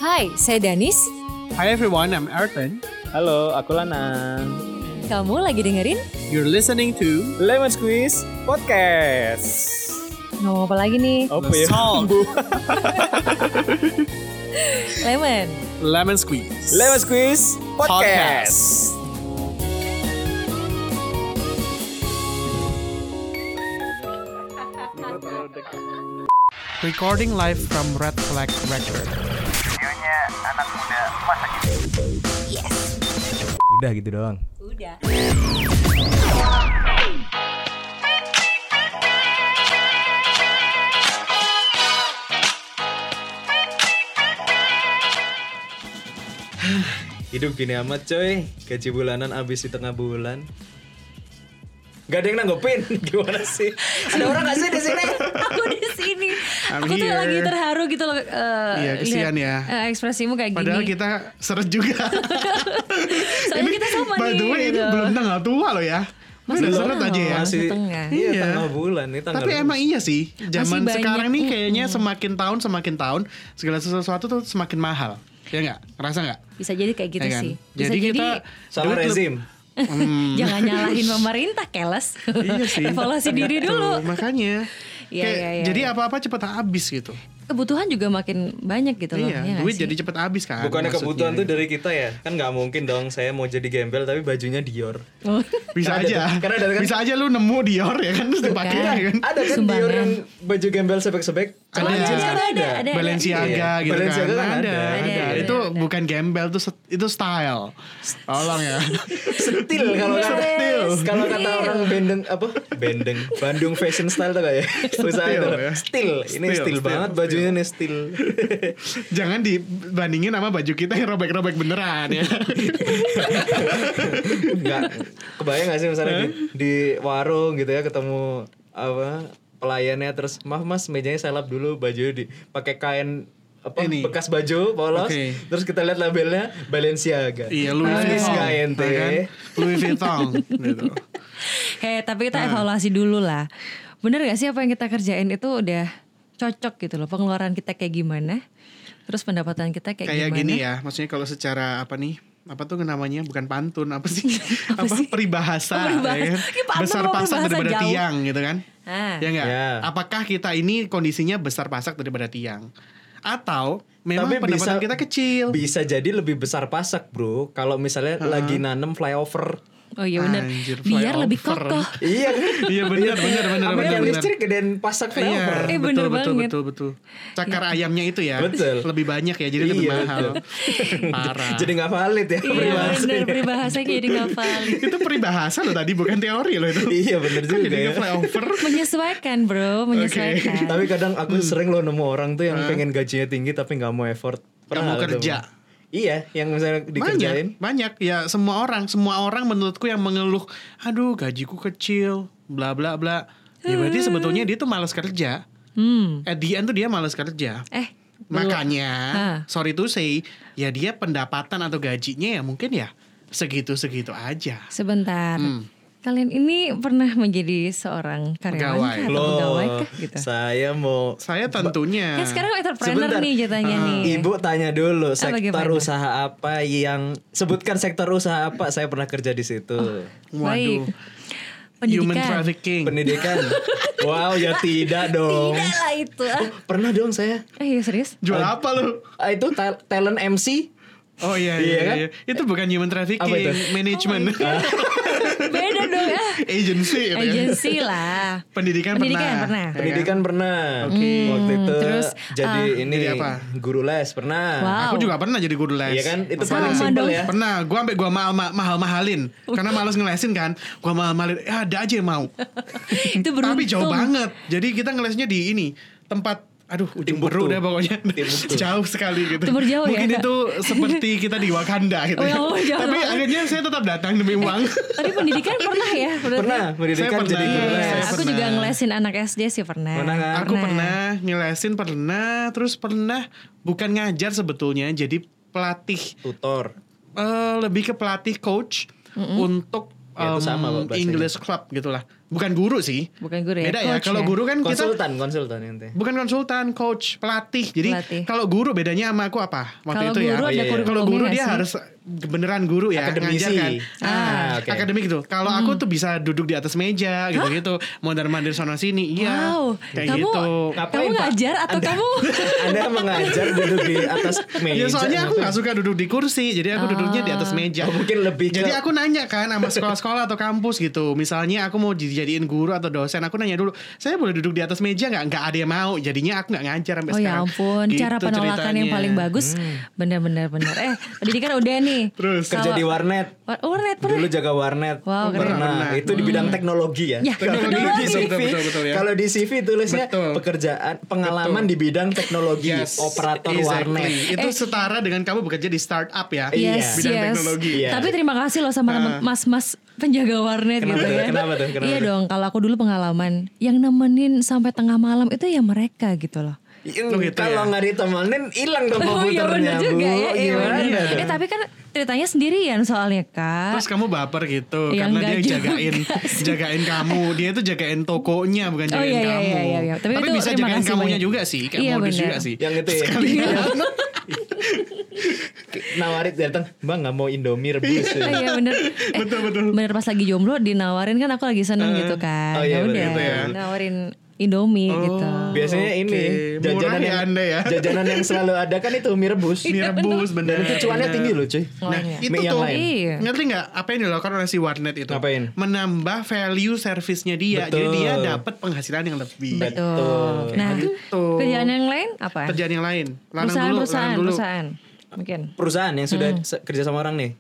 Hai, saya Danis. Hi everyone, I'm Arton. Halo, aku Lanang. Kamu lagi dengerin? You're listening to Lemon Squeeze Podcast. Ngomong apa lagi nih? Apa The ya? Song. Lemon. Lemon Squeeze. Lemon Squeeze Podcast. Recording live from Red Flag Record. Videonya anak muda masa kini. Udah gitu doang. Udah. Hidup gini amat coy. Gaji bulanan habis di tengah bulan. Gak ada yang nanggepin. Gimana sih? Ada orang gak sih di sini? Aku di sini. I'm Aku tuh here. lagi terharu gitu loh. Iya, kesian lihat, ya. ekspresimu kayak Padahal gini. kita seret juga. Soalnya kita sama By nih. the way, ini gitu. belum tanggal tua loh ya. Masih Udah tengah seret aja loh, ya. masih tengah. Iya, Iya. tengah bulan nih tanggal. Tapi emang iya sih, zaman banyak. sekarang nih kayaknya semakin tahun segala sesuatu tuh semakin mahal. Ya nggak? Ngerasa nggak? Bisa jadi kayak gitu Ya kan? sih. Bisa Jadi kita Salah duit rezim. Jangan nyalahin pemerintah, keles. Iya sih. Evaluasi diri dulu. Tuh, makanya. Iya, Kayak, iya, iya, jadi iya. apa-apa cepet habis gitu. Kebutuhan juga makin banyak gitu loh. Iya, ya nggak duit sih? jadi cepet habis kan. Bukannya maksudnya. kebutuhan tuh dari kita ya? Kan gak mungkin dong saya mau jadi gembel tapi bajunya Dior. Oh. Bisa Kan ada aja. tuh, kan ada kan? Bisa aja lu nemu Dior ya kan terus dipakai Bukan. kan. Ada kan Sumbangan. Dior yang baju gembel sebek-sebek? Ada. ada. Balenciaga Iya. gitu Balenciaga kan. kan Ada. ada. Itu bukan gembel itu style. Tolong ya. Setil kalau kata kalau kata orang Bandung fashion style tuh kayak usaha itu ya. stil ini Stil, stil banget stil. bajunya nih stil. Jangan dibandingin sama baju kita yang robek-robek beneran ya. Nggak kebayang nggak sih misalnya di warung gitu ya ketemu apa pelayannya terus maaf mas mejanya saya lap dulu baju dipakai kain apa Ini. bekas baju polos Oke. terus kita lihat labelnya Balenciaga. Iya, Louis Manis Vuitton. nggak ente? Ya kan? Louis Vuitton gitu. Tapi kita evaluasi dulu lah. Bener gak sih apa yang kita kerjain itu udah cocok gitu loh. Pengeluaran kita kayak gimana. Terus pendapatan kita kayak Kayak gimana. gini ya, maksudnya kalau secara apa nih? Apa tuh namanya? Bukan pantun, apa sih? Apa sih? Peribahasa, Oh, peribahasa. ya kan? Ini pantun Besar sama pasak peribahasa daripada jauh. tiang gitu kan? Ah. Ya enggak? Ya. Apakah kita ini kondisinya besar pasak daripada tiang? Atau memang Tapi pendapatan kita kecil? Bisa jadi lebih besar pasak bro. Kalau misalnya lagi nanem flyover. Oh iya bener. Anjir, Biar lebih flyover. kokoh. Iya kan? Iya benar. Apa yang listrik gedein pasak flyover. Eh, bener banget. Betul. Cakar ayamnya itu ya. Betul. Lebih banyak ya, jadi lebih Iya, mahal. betul. Parah. Jadi nggak valid ya Iya peribahasa. bener. Peribahasanya jadi gak valid. Itu peribahasa loh tadi, bukan teori loh itu. Iya bener Kok juga jadi ya. flyover? Menyesuaikan bro. Menyesuaikan. Tapi kadang aku sering loh nemu orang tuh yang pengen gajinya tinggi tapi nggak mau effort. Nggak mau nggak kerja. ketemu? Iya, yang misalnya dikerjain. Banyak ya, semua orang menurutku yang mengeluh, aduh gajiku kecil, bla bla bla. Ya berarti sebetulnya dia tuh malas kerja. At the end tuh dia malas kerja. Makanya, sorry to say, ya dia pendapatan atau gajinya ya mungkin ya segitu-segitu aja. Sebentar. Kalian ini pernah menjadi seorang karyawan Pegawai. kah? Atau pegawai kah gitu? Saya tentunya. Kan sekarang entrepreneur Sebentar. nih jatuhnya nih. Ibu tanya dulu sektor bagaimana? usaha apa yang sebutkan sektor usaha apa saya pernah kerja di situ. Baik. Human Pendidikan. trafficking. Pendidikan. Wow, ya tidak dong. Tidak lah itu. Pernah dong saya. Iya serius? Jual apa lu? Itu talent MC. Oh iya, Iya kan? Itu bukan human trafficking, Apa itu? management. Beda dong ya. Agency gitu ya. Agency lah. Pendidikan pernah. pernah. Pendidikan pernah. Oke. Waktu itu terus, jadi ini jadi apa? Guru les pernah. Wow. Aku juga pernah jadi guru les. Iya kan? Itu Sama paling simpel dong. ya. Pernah, gue sampai gue mahal-mahalin karena males ngelesin kan. Gue mahal-mahalin, ya ada aja yang mau. Itu beruntung. Tapi jauh banget. Jadi kita ngelesnya di ini tempat, aduh ujung Timbuktu. Beru deh pokoknya. Timbuktu. Jauh sekali gitu. Timur jauh ya? Mungkin itu seperti kita di Wakanda gitu. Oh, jauh Tapi banget. akhirnya saya tetap datang demi uang. Tapi pendidikan pernah ya? berarti? Pernah pendidikan Saya pernah. jadi guru Iya, les. Saya aku pernah. juga ngelesin anak SD sih pernah. Pernah kan? Aku pernah ngelesin terus pernah bukan ngajar sebetulnya, jadi pelatih. Tutor. Lebih ke pelatih coach untuk Ya, itu sama, Pak, bahasanya. English club gitulah. Bukan guru sih. Bukan guru ya. Beda ya. Coach Kalau ya? guru kan kita konsultan ente. bukan konsultan, coach, pelatih. Jadi kalau guru bedanya sama aku apa? Waktu Kalau itu ya. guru ada kurikulumnya Kalau guru nggak dia sih? harus beneran guru ya, Akademisi. ngajar kan. Okay. Akademik gitu. Kalau aku tuh bisa duduk di atas meja gitu-gitu, mondar-mandir sono sini. Iya. Wow. Kayak Kamu, gitu. kamu ngajar atau kamu? Anda mengajar duduk di atas meja. Ya soalnya aku gak suka duduk di kursi. Jadi aku duduknya di atas meja. Mungkin lebih Jadi aku nanya kan sama sekolah-sekolah atau kampus gitu. Misalnya aku mau dijadiin guru atau dosen, aku nanya dulu, saya boleh duduk di atas meja gak? Gak ada yang mau. Jadinya aku gak ngajar sampai Oh sekarang. ya ampun, Gitu cara penolakan ceritanya. yang paling bagus. Bener-bener. Pendidikan udah nih. Terus kerja di warnet. Warnet Dulu jaga warnet. Wow, keren. Pernah. Itu di bidang teknologi ya. Ya, Kalau teknologi. di CV, Betul, ya. kalau di CV tulisnya Betul. pekerjaan pengalaman di bidang teknologi, Yes, operator exactly. warnet. Itu setara dengan kamu bekerja di startup ya. Yes, Bidang yes. teknologi. Iya. Tapi terima kasih loh sama teman mas-mas penjaga warnet Kenapa gitu tuh? ya. Kenapa tuh? Iya dong, kalau aku dulu pengalaman yang nemenin sampai tengah malam itu ya mereka gitu loh. Oh, gitu Kalau ya? nggak ditemenin hilang dong Oh iya komputernya, bener Bu. juga ya. Iya Gimana bener. dong? Tapi kan ceritanya sendirian soalnya Kak. Terus kamu baper gitu Ya, karena enggak dia juga jagain kamu. Dia itu jagain tokonya bukan Oh, jagain iya, kamu. iya. Tapi itu bisa terima jagain kasih kamunya banyak. juga sih, kayak Iya, modus bener. juga sih. Yang itu ya. Nawarin datang, Bang nggak mau Indomie rebus. Oh, iya bener. Betul. Bener pas lagi jomblo dinawarin kan aku lagi seneng gitu kan. Oh, iya, Ya bener, udah gitu ya. nawarin Indomie gitu. Biasanya ini Murah jajanan ya yang Anda ya. jajanan yang selalu ada kan itu mie rebus. Mie rebus bener. Dan itu cuannya tinggi loh, cuy. Nah iya. itu Mie yang tuh lain. Iya. ngerti nggak apa yang dilakukan oleh si warnet itu? Ngapain? Menambah value service-nya dia. Jadi Betul. dia dapat penghasilan yang lebih. Betul. Nah, Gitu. kerjaan yang lain apa? Kerjaan yang lain. Lanang dulu. Perusahaan. Mungkin. Perusahaan yang sudah kerja sama orang nih.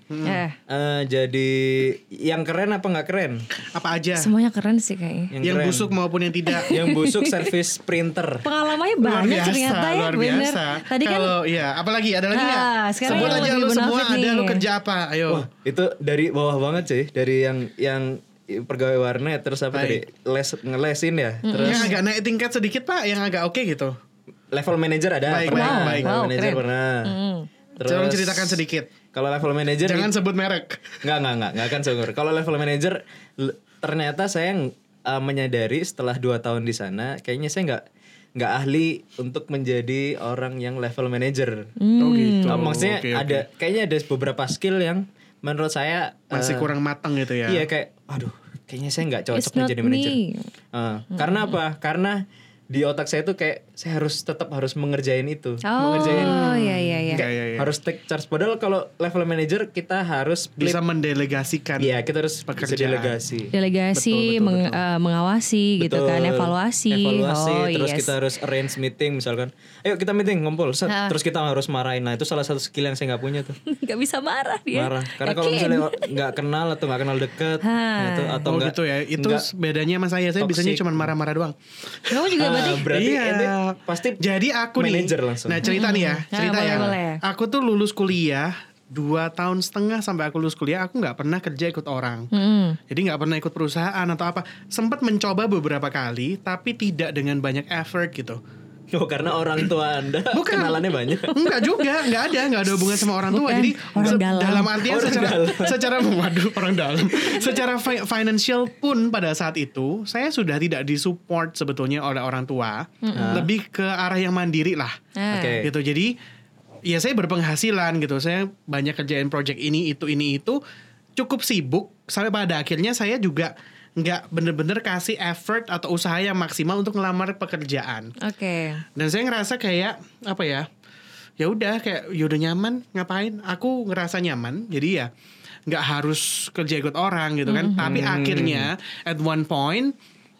Jadi yang keren apa nggak keren? Apa aja? Semuanya keren sih kayaknya. Yang keren. busuk maupun yang tidak. Yang busuk service printer. Pengalamannya Luar banyak biasa, ternyata ya, luar bener. biasa. Tadi kan Kalau iya, apalagi ada lagi nggak? sekarang Sebut yang aja lebih lu semua bonafit ada nih. lu kerja apa? Ayo. Wah, itu dari bawah banget cuy. Dari yang pegawai warnet terus apa tadi? Ngelesin ya. Terus Yang agak naik tingkat sedikit Pak, yang agak oke gitu. level manager ada. Baik, pernah. baik. Level Wow, manager keren. pernah. Terus Coba ceritakan sedikit. Kalau level manager Jangan sebut merek. Enggak akan sungguh. Kalau level manager ternyata saya menyadari setelah 2 tahun di sana kayaknya saya nggak ahli untuk menjadi orang yang level manager. Oh gitu. Maksudnya Oke, ada kayaknya ada beberapa skill yang menurut saya masih kurang matang gitu ya. Iya kayak aduh kayaknya saya nggak It's cocok not menjadi manajer. me. Karena apa? Karena di otak saya tuh kayak saya tetap harus mengerjain itu. Mengerjain Oh iya. Iya. harus take charge. Padahal kalau level manager kita harus Bisa mendelegasikan. Iya, kita harus bisa pekerjaan. delegasi. Delegasi, Betul. mengawasi gitu kan, evaluasi. Oh terus yes. kita harus arrange meeting misalkan. Ayo kita meeting ngumpul. Set. Terus kita harus marahin. Nah, itu salah satu skill yang saya nggak punya tuh. Gak bisa marah dia. Marah. Karena kalau Yakin? misalnya nggak kenal atau nggak kenal deket gitu, atau Oh nggak gitu ya. Itu nggak bedanya sama saya. Saya bisanya toxic. cuma marah-marah doang. Kamu juga berarti Iya. ente pasti Jadi aku nih. manager langsung. Nah cerita nih ya. Cerita ya. boleh. Aku tuh lulus kuliah 2,5 tahun sampai aku lulus kuliah. Aku nggak pernah kerja ikut orang. Jadi nggak pernah ikut perusahaan atau apa. Sempat mencoba beberapa kali. Tapi tidak dengan banyak effort gitu. Oh, karena orang tua Anda Bukan. kenalannya banyak. Enggak juga, enggak ada hubungan sama orang tua. Bukan, Jadi orang dalam. dalam artian Orang secara waduh orang dalam. Secara financial pun pada saat itu saya sudah tidak disupport sebetulnya oleh orang tua. Lebih ke arah yang mandiri lah. Oke. Gitu. Jadi ya saya berpenghasilan gitu. Saya banyak kerjain project ini itu cukup sibuk sampai pada akhirnya saya juga nggak bener-bener kasih effort atau usaha yang maksimal untuk ngelamar pekerjaan. Oke. Dan saya ngerasa kayak apa ya? Ya udah kayak yaudah nyaman ngapain? Aku ngerasa nyaman. Jadi ya nggak harus kerja ikut orang gitu kan. Tapi akhirnya at one point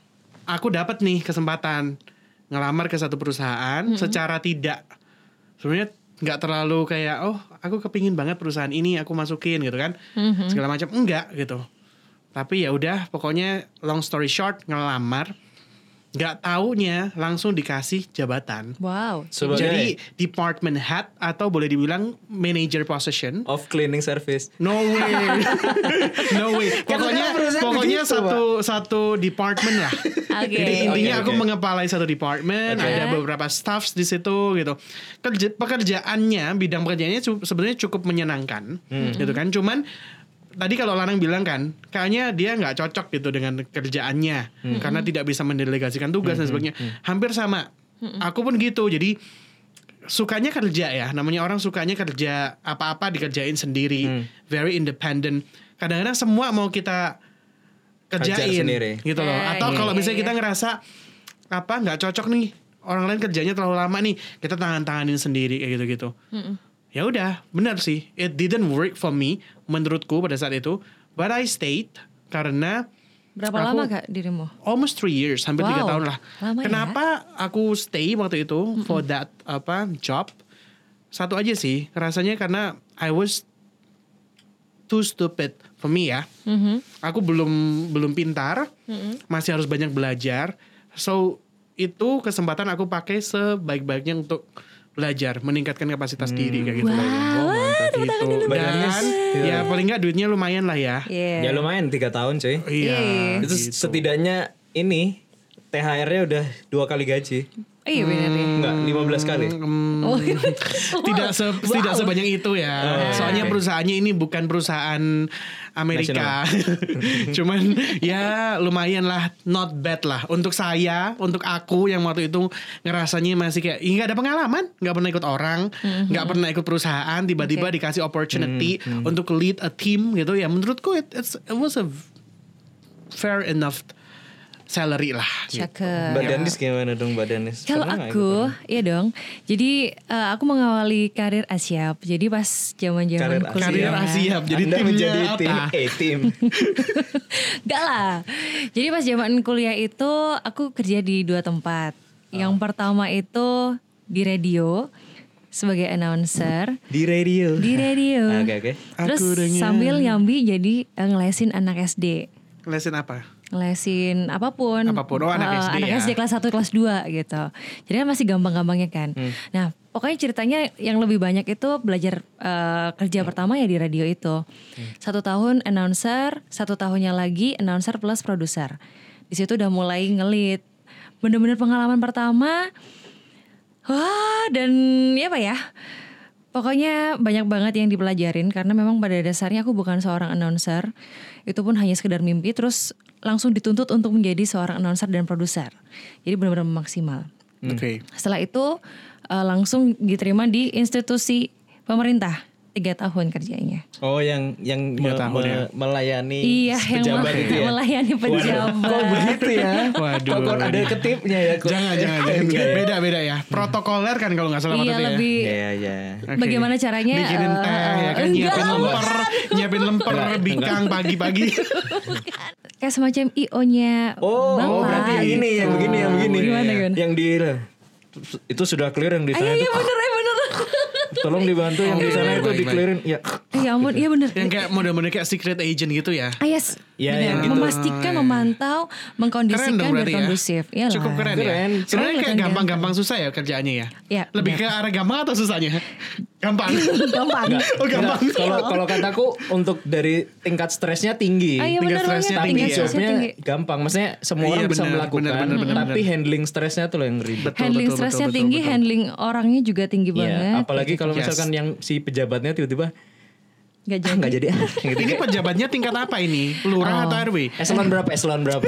aku dapat nih kesempatan ngelamar ke satu perusahaan secara tidak sebenarnya nggak terlalu kayak oh aku kepingin banget perusahaan ini aku masukin gitu kan. Segala macam enggak gitu. Tapi ya udah pokoknya long story short ngelamar nggak taunya langsung dikasih jabatan. Wow. Sebagai Jadi department head atau boleh dibilang manager position. of cleaning service. No way. No way. Pokoknya satu department lah. Oke. Jadi intinya Oke. aku mengepalai satu department, ada beberapa staffs di situ gitu. Pekerjaannya, bidang pekerjaannya sebenarnya cukup menyenangkan gitu kan. Cuman tadi kalau Lanang bilang kan, kayaknya dia nggak cocok gitu dengan kerjaannya karena tidak bisa mendelegasikan tugas dan sebagainya. Hampir sama. Aku pun gitu. Jadi sukanya kerja ya. Namanya orang sukanya kerja, apa-apa dikerjain sendiri, very independent. Kadang-kadang semua mau kita kerjain gitu loh. Atau kalau misalnya kita ngerasa apa nggak cocok nih, orang lain kerjanya terlalu lama nih, kita tangan-tanganin sendiri kayak gitu-gitu. Ya udah, benar sih. It didn't work for me menurutku pada saat itu, but I stayed karena Berapa lama Kak dirimu? almost 3 years, hampir 3 tahun lah. Lama Kenapa aku stay waktu itu for that job? Satu aja sih, rasanya karena I was too stupid for me ya. Aku belum pintar, masih harus banyak belajar. So itu kesempatan aku pakai sebaik-baiknya untuk belajar, meningkatkan kapasitas diri kayak gitu. Gitu. Dan ya paling nggak duitnya lumayan lah ya. Ya lumayan 3 tahun coy. Iya. Itu gitu. setidaknya ini THR-nya udah 2 kali gaji. Iya benar ya. Enggak, 15 kali. Tidak sebanyak itu ya. Soalnya perusahaannya ini bukan perusahaan Amerika. Cuman ya lumayan lah, not bad lah. Untuk saya, untuk aku yang waktu itu ngerasanya masih kayak nggak ada pengalaman, nggak pernah ikut orang, nggak pernah ikut perusahaan, tiba-tiba dikasih opportunity untuk lead a team gitu ya. Menurutku it was a fair enough salary lah. Cakep. Mbak Danis gimana dong Mbak Danis? Kalau Pernah nggak aku, ikut? iya dong. Jadi aku mengawali karir Asyap. Jadi pas zaman-zaman kuliah. Karir Asyap. Jadi Anda timnya menjadi apa? tim. Gak lah. Jadi pas zaman kuliah itu aku kerja di 2 tempat. Yang pertama itu di radio sebagai announcer. Di radio. Di radio. Oke. Terus Aku dengar. sambil nyambi jadi ngelesin anak SD. Lesin apa? Ngelesin apapun. Oh, anak SD ya. SD kelas 1, kelas 2 gitu. Jadi kan masih gampang-gampangnya kan. Nah pokoknya ceritanya yang lebih banyak itu belajar kerja pertama ya di radio itu. 1 tahun announcer, 1 tahunnya lagi announcer plus produser. Di situ udah mulai ngelit. Bener-bener pengalaman pertama. Wah dan ya apa ya. Pokoknya banyak banget yang dipelajarin karena memang pada dasarnya aku bukan seorang announcer. Itu pun hanya sekedar mimpi, terus langsung dituntut untuk menjadi seorang announcer dan produser. Jadi benar-benar maksimal. Oke. Setelah itu langsung diterima di institusi pemerintah. 3 tahun kerjanya. Oh yang 3 tahun ya. melayani Iya, yang pejabat itu ya. melayani pejabat. Kok begitu ya? Waduh. Kok ada ketipnya ya? Jangan. Beda ya. Protokoler kan kalau nggak salah Iya maksudnya. lebih. Iya. Oke. Bagaimana caranya? Bikinin teh ya kan, nyiapin lemper bikang pagi-pagi. Kayak semacam IO-nya Bapak. Oh berarti yang ini, yang begini. Gimana? Yang di itu sudah clear yang di sana Iya itu. bener. Tolong dibantu yang di sana itu di-clearin. Ya. Ya ampun, iya bener. Yang kayak model-model kayak secret agent gitu ya. Yes. Ya, bener. yang gitu. Memastikan, memantau, mengkondisikan Keren dong biar berarti ya. kondusif. Iyalah. Cukup keren ya. Keren. Sebenarnya kayak Keren, gampang-gampang susah ya kerjaannya ya. Iya, Lebih benar. ke arah gampang atau susahnya? Gampang. Gampang. Oh gampang. Kalau kataku untuk dari tingkat stresnya tinggi. Ah, iya Tingkat bener stresnya banget. tinggi Tingkat ya. stresnya Jobnya tinggi. gampang, maksudnya semua Iya, orang bisa benar, melakukan, benar. tapi handling stresnya tuh loh yang ribet. Handling stresnya tinggi, handling orangnya juga tinggi Iya, banget. apalagi kalau Yes. misalkan yang si pejabatnya tiba-tiba Gak jadi. nggak jadi gitu. Ini pejabatnya tingkat apa ini? Lurah atau RW? Eselon berapa?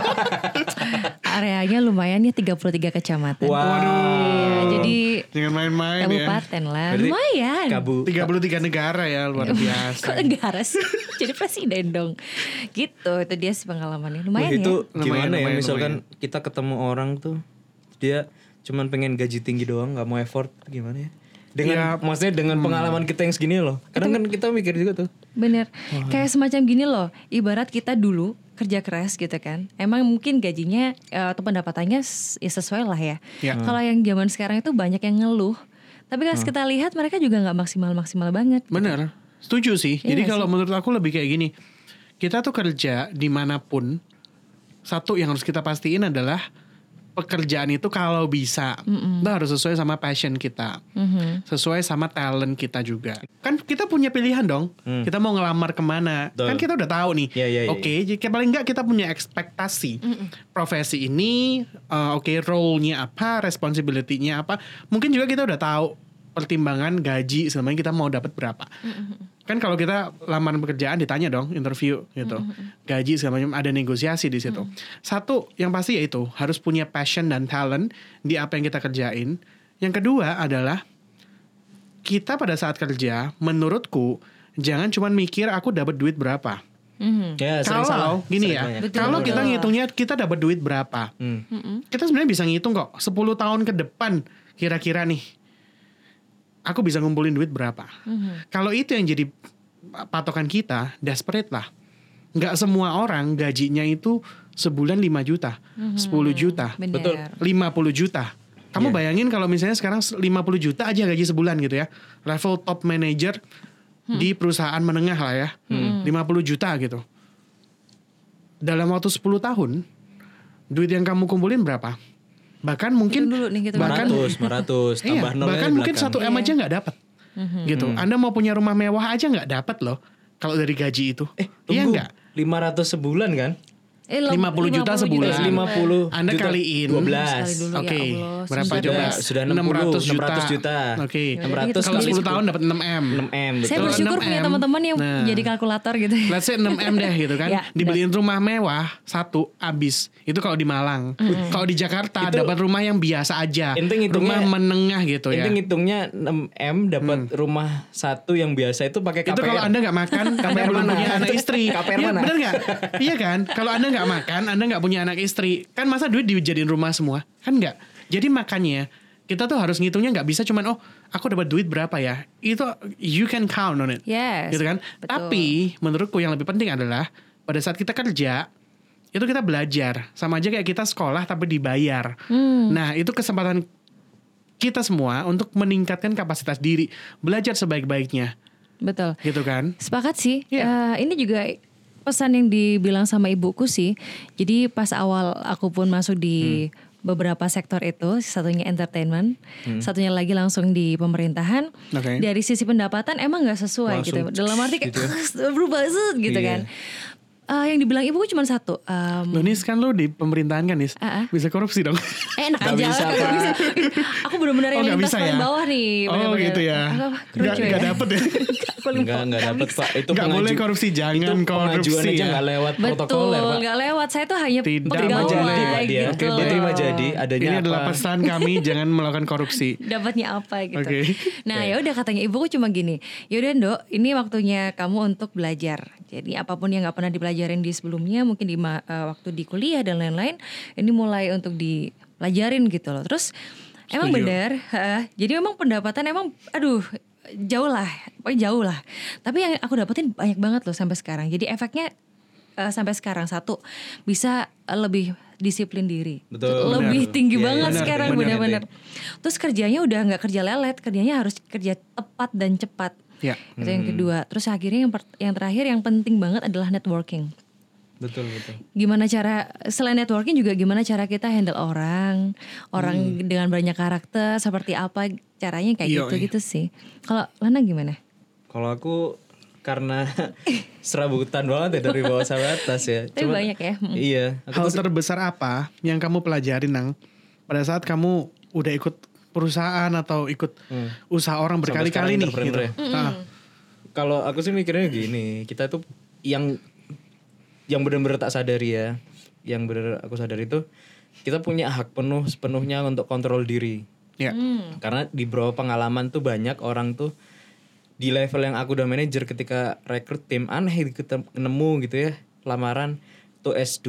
Areanya lumayan ya 33 kecamatan. Wow. Iya, jadi Jangan main-main ya. kabupaten lah. Berarti Lumayan. 33 negara ya, luar biasa. Kok negara sih? Jadi presiden dong. Gitu, itu dia sih pengalamannya. Lumayan itu ya. gimana ya Lumayan. misalkan kita ketemu orang tuh dia cuman pengen gaji tinggi doang, nggak mau effort, gimana ya? Dengan maksudnya dengan pengalaman kita yang segini loh. Kadang kan kita mikir juga tuh. Bener. Kayak semacam gini loh. Ibarat kita dulu kerja keras gitu kan. Emang mungkin gajinya atau pendapatannya ya sesuai lah ya. Ya. Kalau yang zaman sekarang itu banyak yang ngeluh. Tapi kalau kita lihat mereka juga gak maksimal-maksimal banget. Bener, setuju sih. Iya Jadi nggak kalau menurut aku lebih kayak gini. Kita tuh kerja dimanapun. Satu yang harus kita pastiin adalah pekerjaan itu kalau bisa itu harus sesuai sama passion kita, sesuai sama talent kita juga. Kan kita punya pilihan dong. Kita mau ngelamar kemana? Betul. Kan kita udah tahu nih. Iya. Oke, jadi paling nggak kita punya ekspektasi profesi ini. Oke, role-nya apa, responsibility-nya apa. Mungkin juga kita udah tahu pertimbangan gaji sebenarnya kita mau dapat berapa. kan kalau kita lamaran pekerjaan ditanya dong interview gitu, gaji segala macam, ada negosiasi di situ. Satu yang pasti yaitu harus punya passion dan talent di apa yang kita kerjain. Yang kedua adalah kita pada saat kerja, menurutku jangan cuma mikir aku dapat duit berapa. Ya, Kalau gini ya, kalau kita ngitungnya kita dapat duit berapa, kita sebenarnya bisa ngitung kok 10 tahun ke depan kira-kira nih aku bisa ngumpulin duit berapa. Kalau itu yang jadi patokan kita, desperate lah. Nggak semua orang gajinya itu sebulan 5 juta, 10 juta, betul, 50 juta. Kamu bayangin kalau misalnya sekarang 50 juta aja gaji sebulan gitu ya, level top manager di perusahaan menengah lah ya, 50 juta gitu. Dalam waktu 10 tahun, duit yang kamu kumpulin berapa? Bahkan mungkin dulu nih, gitu. bahkan 100 tambah nol bahkan mungkin 1 M aja nggak dapat, gitu. Anda mau punya rumah mewah aja nggak dapat loh kalau dari gaji itu. Iya nggak? 500 sebulan kan? 50 juta sebulan. 50 Anda juta, kaliin 12. Oke, ya Allah, berapa 19. coba? Sudah 600 juta. Oke. 600 Kalau 10 tahun dapat 6 M. 6 M. Saya Betul. bersyukur 6M. punya teman-teman yang Nah. jadi kalkulator gitu. Let's say 6 M deh gitu kan. Ya, Dibeliin rumah mewah 1 abis. Itu kalau di Malang. Kalau di Jakarta Itu dapat rumah yang biasa aja. Inting hitungnya- Rumah menengah gitu ya. Intinya ngitungnya 6 M dapat rumah satu yang biasa itu pakai KPR. Itu kalau Anda nggak makan, Anda belum mana? punya anak istri. KPR Iya mana? bener nggak? Iya kan? Kalau Anda nggak makan, Anda nggak punya anak istri, kan masa duit dijadiin rumah semua? Kan nggak. Jadi makanya kita tuh harus ngitungnya nggak bisa cuman aku dapat duit berapa ya? Itu you can count on it. Yes, Gitu kan? betul. Tapi menurutku yang lebih penting adalah pada saat kita kerja itu kita belajar, sama aja kayak kita sekolah tapi dibayar. Nah itu kesempatan kita semua untuk meningkatkan kapasitas diri, belajar sebaik-baiknya, Betul. gitu kan? Sepakat sih. Iya. Ini juga pesan yang dibilang sama ibuku sih. Jadi pas awal aku pun masuk di beberapa sektor itu, satunya entertainment, satunya lagi langsung di pemerintahan. Oke. Dari sisi pendapatan emang nggak sesuai gitu. Langsung Dalam arti kayak gitu berubah gitu Iya. kan. Yang dibilang ibuku cuma satu. Loh Nis, kan lo di pemerintahan kan Nis? Bisa korupsi dong. Enak Nggak aja bisa, kan, nggak Pak. bisa. Aku benar-benar yang nggak lintas bisa paling ya? bawah nih. Oh benar-benar. gitu ya. Kerucu ya. Gak dapet ya. Enggak dapat Pak. Itu Nggak boleh korupsi, jangan itu pengajuan korupsi aja ya. nggak lewat Betul, protokoler Pak. nggak lewat. Saya tuh hanya Tidak Terima boleh. jadi pegawai Pak dia. gitu. Terima jadi adanya Ini apa? adalah pesan kami, jangan melakukan korupsi. Dapatnya apa gitu. Oke. Nah ya udah katanya ibuku cuma gini, yaudah Dok, ini waktunya kamu untuk belajar. Jadi apapun yang nggak pernah dipelajarin di sebelumnya, mungkin di waktu di kuliah dan lain-lain, ini mulai untuk dipelajarin gitu loh. Terus emang Setuju. benar, jadi memang pendapatan emang, aduh jauh lah, pokoknya jauh lah. Tapi yang aku dapetin banyak banget loh sampai sekarang. Jadi efeknya sampai sekarang satu bisa lebih disiplin diri, Betul. lebih Benar. tinggi Iya, banget benar, sekarang benar. benar-benar. Terus kerjanya udah nggak kerja lelet, kerjanya harus kerja tepat dan cepat. Ya. Itu yang kedua. Terus akhirnya yang terakhir yang penting banget adalah networking. Betul. Gimana cara, selain networking juga gimana cara kita handle orang dengan banyak karakter, seperti apa caranya kayak Yoi. gitu sih. Kalau Lana gimana? Kalau aku karena serabutan banget ya dari bawah sampai atas ya. Tapi banyak ya. Iya. Hal terbesar apa yang kamu pelajarin Nang pada saat kamu udah ikut perusahaan atau ikut usaha orang Sampai berkali-kali sekarang nih entrepreneur gitu. ya. Kalau aku sih mikirnya gini, kita tuh yang benar-benar tak sadari ya, yang benar aku sadari itu kita punya hak penuh sepenuhnya untuk kontrol diri. Ya. Karena di beberapa pengalaman tuh banyak orang tuh di level yang aku udah manajer ketika rekrut tim aneh ketemu gitu ya, lamaran tuh S2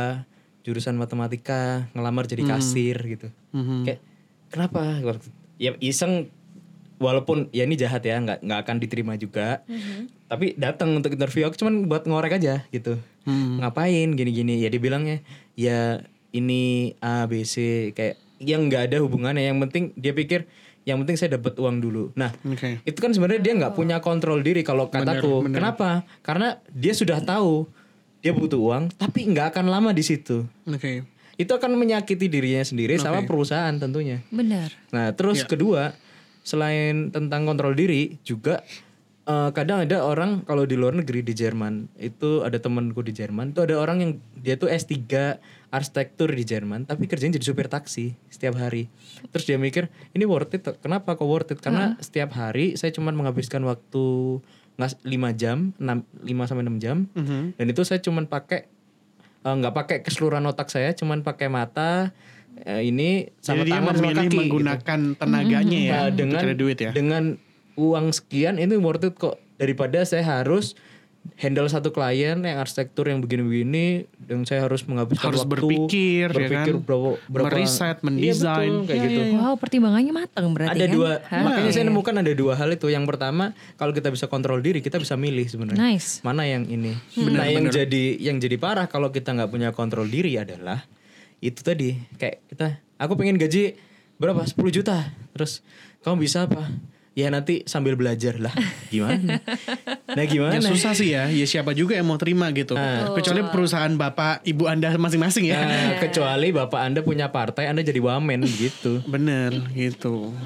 jurusan matematika ngelamar jadi kasir gitu. Kayak kenapa? Ya iseng, walaupun ya ini jahat ya, nggak akan diterima juga. Tapi datang untuk interview aku cuman buat ngorek aja gitu. Ngapain gini-gini? Ya dibilangnya ya ini A B C, kayak yang nggak ada hubungannya. Yang penting dia pikir yang penting saya dapat uang dulu. Nah, itu kan sebenarnya dia nggak punya kontrol diri kalau kataku. Bener. Kenapa? Karena dia sudah tahu dia butuh uang, tapi nggak akan lama di situ. Oke. Itu akan menyakiti dirinya sendiri sama perusahaan tentunya. Benar. Nah, terus kedua, selain tentang kontrol diri, juga kadang ada orang kalau di luar negeri di Jerman itu ada temanku di Jerman tuh ada orang yang dia tuh S3 arsitektur di Jerman tapi kerjanya jadi supir taksi setiap hari. Terus dia mikir ini worth it. Kenapa kok worth it? Karena setiap hari saya cuma menghabiskan waktu 5 jam, 5 sampai 6 jam. Dan itu saya cuma pakai nggak pakai keseluruhan otak saya, cuma pakai mata ini sama jadi tangan dia sama kaki menggunakan tenaganya ya dengan untuk cari duit ya. Dengan uang sekian itu worth it kok daripada saya harus handle satu klien yang arsitektur yang begini-begini dan saya harus menghabiskan Harus waktu berpikir ya kan? berapa Meriset, mendesain. iya betul, kayak Iya, gitu. iya. Wow, pertimbangannya matang berarti Ada kan? dua, makanya saya nemukan ada 2 hal itu. Yang pertama, kalau kita bisa kontrol diri, kita bisa milih sebenarnya. Nice. Mana yang ini. Nah, yang jadi parah kalau kita nggak punya kontrol diri adalah itu tadi kayak aku pengen gaji berapa 10 juta. Terus kamu bisa apa? Ya nanti sambil belajar lah. Gimana? Nah gimana? Ya susah sih ya. Ya siapa juga yang mau terima gitu. Kecuali perusahaan bapak ibu Anda masing-masing ya. Kecuali bapak Anda punya partai, Anda jadi wamen gitu. Bener gitu.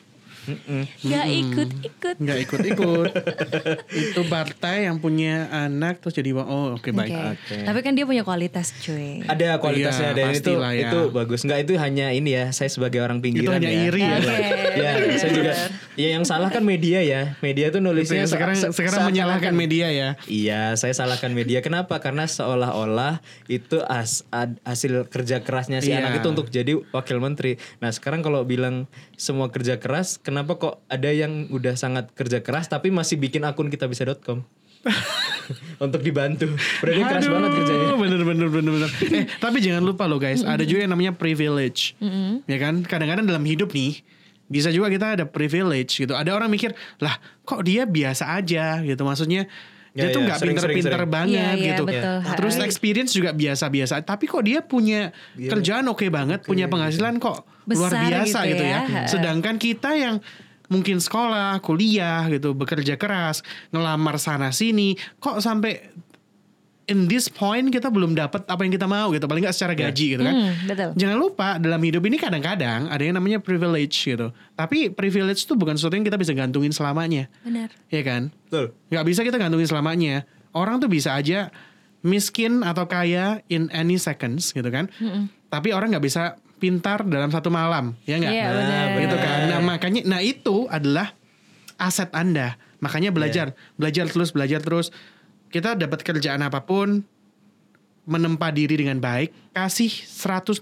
Gak ikut-ikut. Nggak ikut-ikut. Itu partai yang punya anak terus jadi oke baik. Oke. Tapi kan dia punya kualitas cuy. Ada kualitasnya Iya, dan pastilah ya. itu bagus. Enggak itu hanya ini ya. Saya sebagai orang Itu pinggiran hanya ya. iri ya. Ya, saya juga. Ya yang salah kan media ya. Media tuh nulisnya Sekarang seakan-akan- menyalahkan media ya. Iya, saya salahkan media. Kenapa? Karena seolah-olah itu hasil kerja kerasnya si Iya. anak itu untuk jadi wakil menteri. Nah, sekarang kalau bilang semua kerja keras, kenapa kok ada yang udah sangat kerja keras tapi masih bikin akun kitabisa.com? Untuk dibantu. Berarti keras banget kerjanya. Bener. Tapi jangan lupa loh guys, ada juga yang namanya privilege. Ya kan? Kadang-kadang dalam hidup nih bisa juga kita ada privilege gitu. Ada orang mikir, lah kok dia biasa aja gitu. Maksudnya dia tuh nggak pinter-pinter banget Iya, gitu. betul. Terus experience juga biasa-biasa. Tapi kok dia punya kerjaan oke banget, punya penghasilan kok luar Besar biasa gitu gitu ya. ya. Sedangkan kita yang mungkin sekolah, kuliah gitu, bekerja keras, ngelamar sana sini, kok sampai in this point kita belum dapat apa yang kita mau gitu, paling nggak secara gaji gitu kan. Betul. Jangan lupa dalam hidup ini kadang-kadang ada yang namanya privilege gitu. Tapi privilege itu bukan sesuatu yang kita bisa gantungin selamanya. Benar. Iya kan? Betul. Nggak bisa kita gantungin selamanya. Orang tuh bisa aja miskin atau kaya in any seconds gitu kan. Tapi orang nggak bisa pintar dalam satu malam, ya nggak? Iya, benar. Gitu kan. Nah makanya, itu adalah aset Anda. Makanya belajar terus. Kita dapat kerjaan apapun, menempa diri dengan baik, kasih 150%.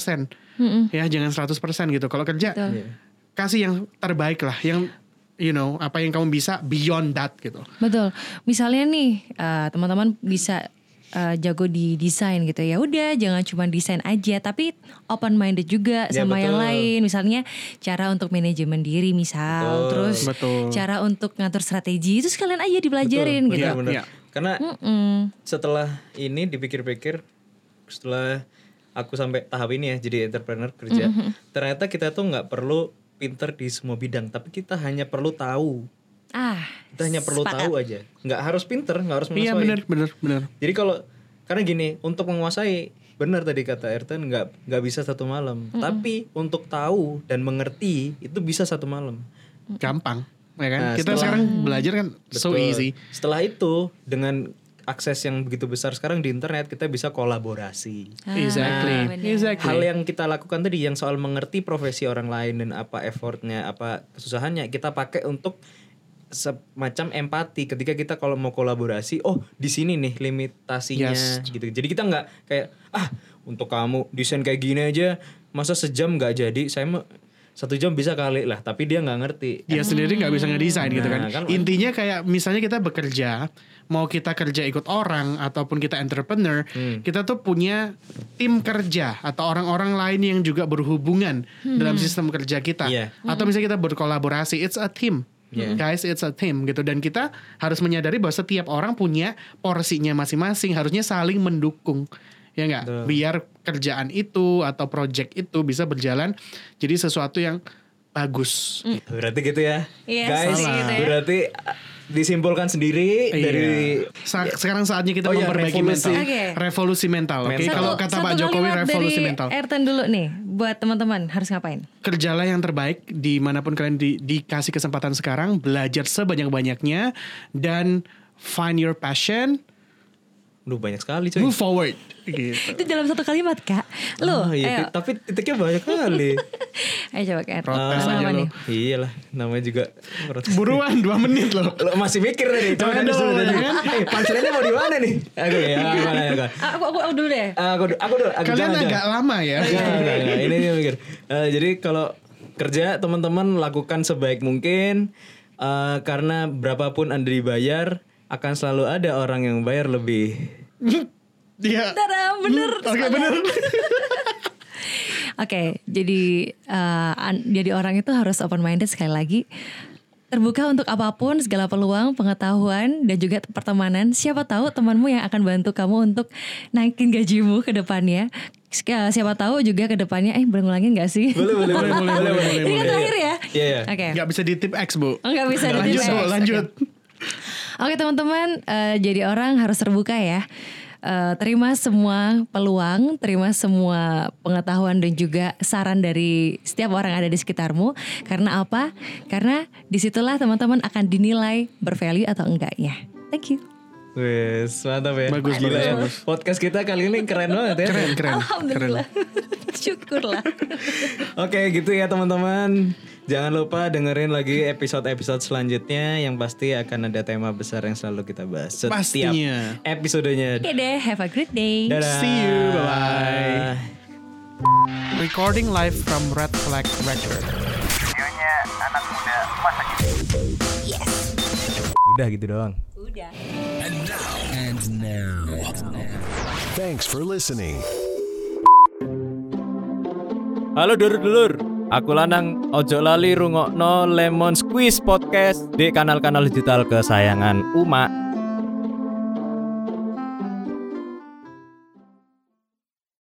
Ya jangan 100% gitu. Kalau kerja, kasih yang terbaik lah, yang apa yang kamu bisa beyond that gitu. Betul. Misalnya nih teman-teman bisa jago di desain gitu, ya udah jangan cuma desain aja tapi open minded juga sama betul. yang lain. Misalnya cara untuk manajemen diri misal, terus cara untuk ngatur strategi itu sekalian aja dipelajarin gitu. Bener. Karena setelah ini dipikir-pikir, setelah aku sampai tahap ini ya jadi entrepreneur kerja, ternyata kita tuh nggak perlu pinter di semua bidang, tapi kita hanya perlu tahu. Kita hanya perlu tahu aja, nggak harus pinter, nggak harus menguasai. Iya benar. Jadi karena gini, untuk menguasai, benar tadi kata Ayrton, nggak bisa satu malam. Tapi untuk tahu dan mengerti itu bisa satu malam. Gampang, ya kan? Nah, Kita sekarang belajar kan so Betul. easy. Setelah itu dengan akses yang begitu besar sekarang di internet, kita bisa kolaborasi. Exactly. Hal yang kita lakukan tadi yang soal mengerti profesi orang lain dan apa effortnya, apa kesusahannya, kita pakai untuk semacam empati ketika kita kalau mau kolaborasi. Oh di sini nih limitasinya gitu. Jadi kita nggak kayak untuk kamu desain kayak gini aja masa sejam nggak jadi, saya mau 1 jam bisa kali lah, tapi dia nggak ngerti. Dia sendiri nggak bisa ngedesain gitu kan. kan. Intinya kayak misalnya kita bekerja, mau kita kerja ikut orang ataupun kita entrepreneur, kita tuh punya tim kerja atau orang-orang lain yang juga berhubungan dalam sistem kerja kita. Atau misalnya kita berkolaborasi, it's a team. Guys, it's a team gitu. Dan kita harus menyadari bahwa setiap orang punya porsinya masing-masing, harusnya saling mendukung. Ya nggak? Biar kerjaan itu atau project itu bisa berjalan jadi sesuatu yang bagus. Berarti gitu ya, guys. Gitu ya. Berarti disimpulkan sendiri dari sekarang saatnya kita memperbaiki revolusi. mental. Revolusi mental. Oke. Kalau kata Pak Jokowi revolusi mental. Ayrton dulu nih, buat teman-teman harus ngapain? Kerjalah yang terbaik dimanapun kalian dikasih kesempatan sekarang, belajar sebanyak-banyaknya dan find your passion. Duh banyak sekali coy. Move forward gitu. Itu dalam satu kalimat Kak. Lu, Iya, tapi titiknya banyak kali. Ayo coba Kak. Protes aja lo. Iyalah, namanya juga Buruan 2 menit loh. Lo masih mikir nih, coba Aduh, dulu tadi. kan? Punchline-nya mau di mana nih? Aduh ya, gimana ya kan? Aku dulu deh. Aku dulu. Kalian agak lama ya. Enggak. Ini dia mikir. Jadi kalau kerja teman-teman lakukan sebaik mungkin karena berapapun Anda dibayar akan selalu ada orang yang bayar lebih. Iya. Tada, bener. Oke, bener. Oke, jadi jadi orang itu harus open minded sekali lagi. Terbuka untuk apapun, segala peluang, pengetahuan, dan juga pertemanan. Siapa tahu temanmu yang akan bantu kamu untuk naikin gajimu ke depannya. Siapa tahu juga ke depannya, boleh ngulangin gak sih? Boleh. Ini kan terakhir ya? Iya. Oke. Gak bisa di tip X Bu. Nggak bisa di Lanjut tip Bu, X. lanjut. Oke teman-teman, jadi orang harus terbuka ya. Terima semua peluang, terima semua pengetahuan dan juga saran dari setiap orang yang ada di sekitarmu. Karena apa? Karena disitulah teman-teman akan dinilai bervalue atau enggaknya. Thank you. Wes, mantap ya. Bagus, Gila ya. bagus. Podcast kita kali ini keren banget ya. Keren. Alhamdulillah. Syukurlah. Oke, gitu ya teman-teman. Jangan lupa dengerin lagi episode-episode selanjutnya yang pasti akan ada tema besar yang selalu kita bahas setiap Pastinya. episodenya. Oke deh, have a great day. Dadah. See you, bye-bye. Recording live from Red Flag Record. Videonya anak muda masa kini. Udah gitu doang. Udah. And now. Thanks for listening. Halo dulur-dulur, aku Lanang, ojo lali rungokno Lemon Squeeze Podcast di kanal-kanal digital kesayangan Uma.